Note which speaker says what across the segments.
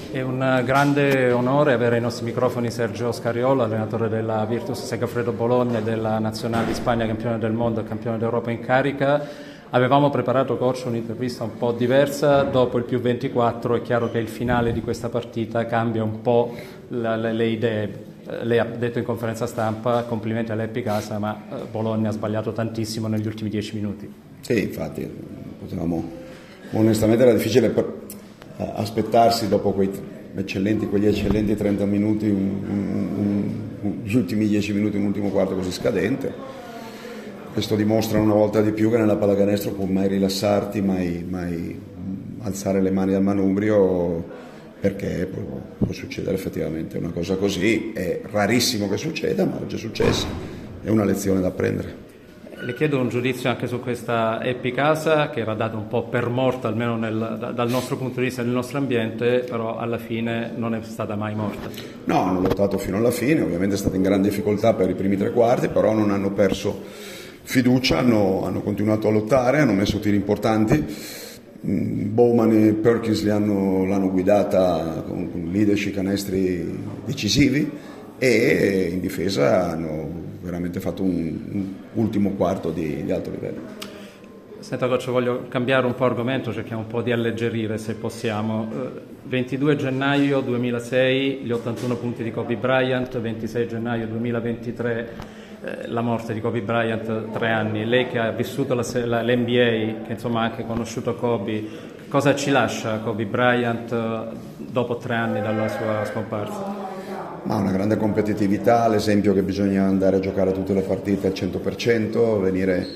Speaker 1: È un grande onore avere ai nostri microfoni Sergio Scariolo, allenatore della Virtus Segafredo Bologna e della Nazionale di Spagna, campione del mondo e campione d'Europa in carica. Avevamo preparato, coach, un'intervista un po' diversa. Dopo il +24 è chiaro che il finale di questa partita cambia un po' le idee. Lei ha detto in conferenza stampa complimenti all'Happy Casa, ma Bologna ha sbagliato tantissimo negli ultimi 10 minuti.
Speaker 2: Sì, infatti potevamo, onestamente era difficile aspettarsi dopo quegli eccellenti 30 minuti gli ultimi 10 minuti, un ultimo quarto così scadente. Questo dimostra una volta di più che nella pallacanestro può mai rilassarti, mai alzare le mani dal manubrio, perché può succedere effettivamente una cosa così. È rarissimo che succeda, ma oggi è successo, è una lezione da apprendere.
Speaker 1: Le chiedo un giudizio anche su questa Happy Casa, che era data un po' per morta, almeno dal nostro punto di vista, nel nostro ambiente, però alla fine non è stata mai morta.
Speaker 2: No, hanno lottato fino alla fine, ovviamente è stata in grande difficoltà per i primi tre quarti, però non hanno perso fiducia, hanno continuato a lottare, hanno messo tiri importanti. Bowman e Perkins l'hanno guidata con leadership, canestri decisivi, e in difesa hanno veramente fatto un ultimo quarto di alto livello.
Speaker 1: Senta, coach, voglio cambiare un po' argomento, cerchiamo un po' di alleggerire se possiamo. 22 gennaio 2006, gli 81 punti di Kobe Bryant, 26 gennaio 2023 la morte di Kobe Bryant, 3 anni. Lei che ha vissuto l'NBA, che insomma ha anche conosciuto Kobe, cosa ci lascia Kobe Bryant dopo 3 anni dalla sua scomparsa?
Speaker 2: Ma una grande competitività, l'esempio che bisogna andare a giocare tutte le partite al 100%, venire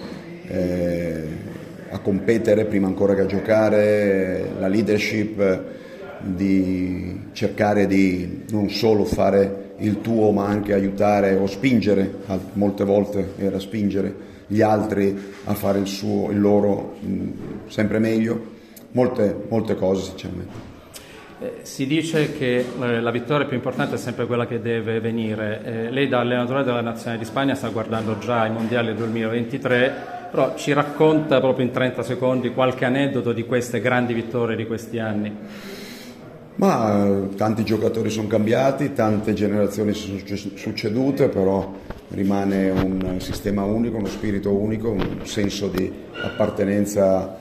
Speaker 2: a competere prima ancora che a giocare, la leadership di cercare di non solo fare il tuo ma anche aiutare o spingere, molte volte era spingere gli altri a fare il loro sempre meglio, molte cose sinceramente.
Speaker 1: Si dice che la vittoria più importante è sempre quella che deve venire. Lei da allenatore della Nazionale di Spagna sta guardando già i mondiali 2023, però ci racconta proprio in 30 secondi qualche aneddoto di queste grandi vittorie di questi anni.
Speaker 2: Ma tanti giocatori sono cambiati, tante generazioni sono succedute, però rimane un sistema unico, uno spirito unico, un senso di appartenenza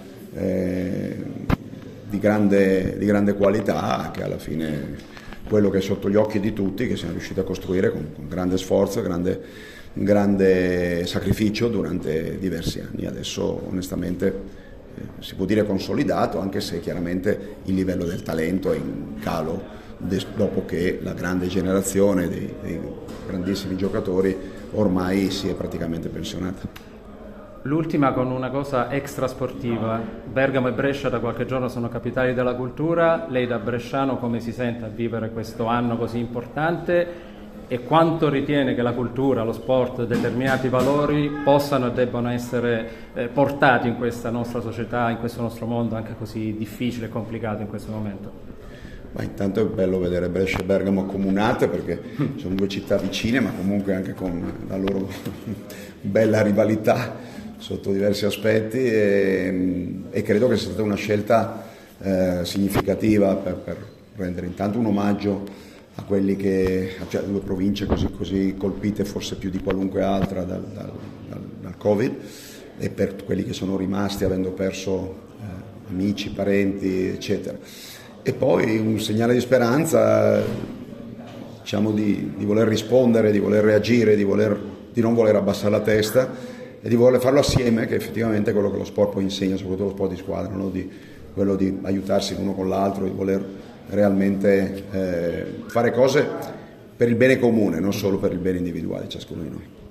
Speaker 2: di grande qualità, che alla fine quello che è sotto gli occhi di tutti, che siamo riusciti a costruire con grande sforzo, grande sacrificio durante diversi anni. Adesso onestamente si può dire consolidato, anche se chiaramente il livello del talento è in calo dopo che la grande generazione dei grandissimi giocatori ormai si è praticamente pensionata.
Speaker 1: L'ultima con una cosa extrasportiva. Bergamo e Brescia da qualche giorno sono capitali della cultura. Lei da bresciano come si sente a vivere questo anno così importante e quanto ritiene che la cultura, lo sport, determinati valori possano e debbano essere portati in questa nostra società, in questo nostro mondo anche così difficile e complicato in questo momento?
Speaker 2: Ma intanto è bello vedere Brescia e Bergamo accomunate, perché sono due città vicine, ma comunque anche con la loro bella rivalità sotto diversi aspetti, e credo che sia stata una scelta significativa per rendere intanto un omaggio a quelli cioè due province così colpite forse più di qualunque altra dal Covid, e per quelli che sono rimasti avendo perso amici, parenti, eccetera. E poi un segnale di speranza, diciamo, di voler rispondere, di voler reagire, di non voler abbassare la testa e di voler farlo assieme, che effettivamente è quello che lo sport poi insegna, soprattutto lo sport di squadra, no? Quello di aiutarsi l'uno con l'altro, di voler realmente fare cose per il bene comune, non solo per il bene individuale di ciascuno di noi.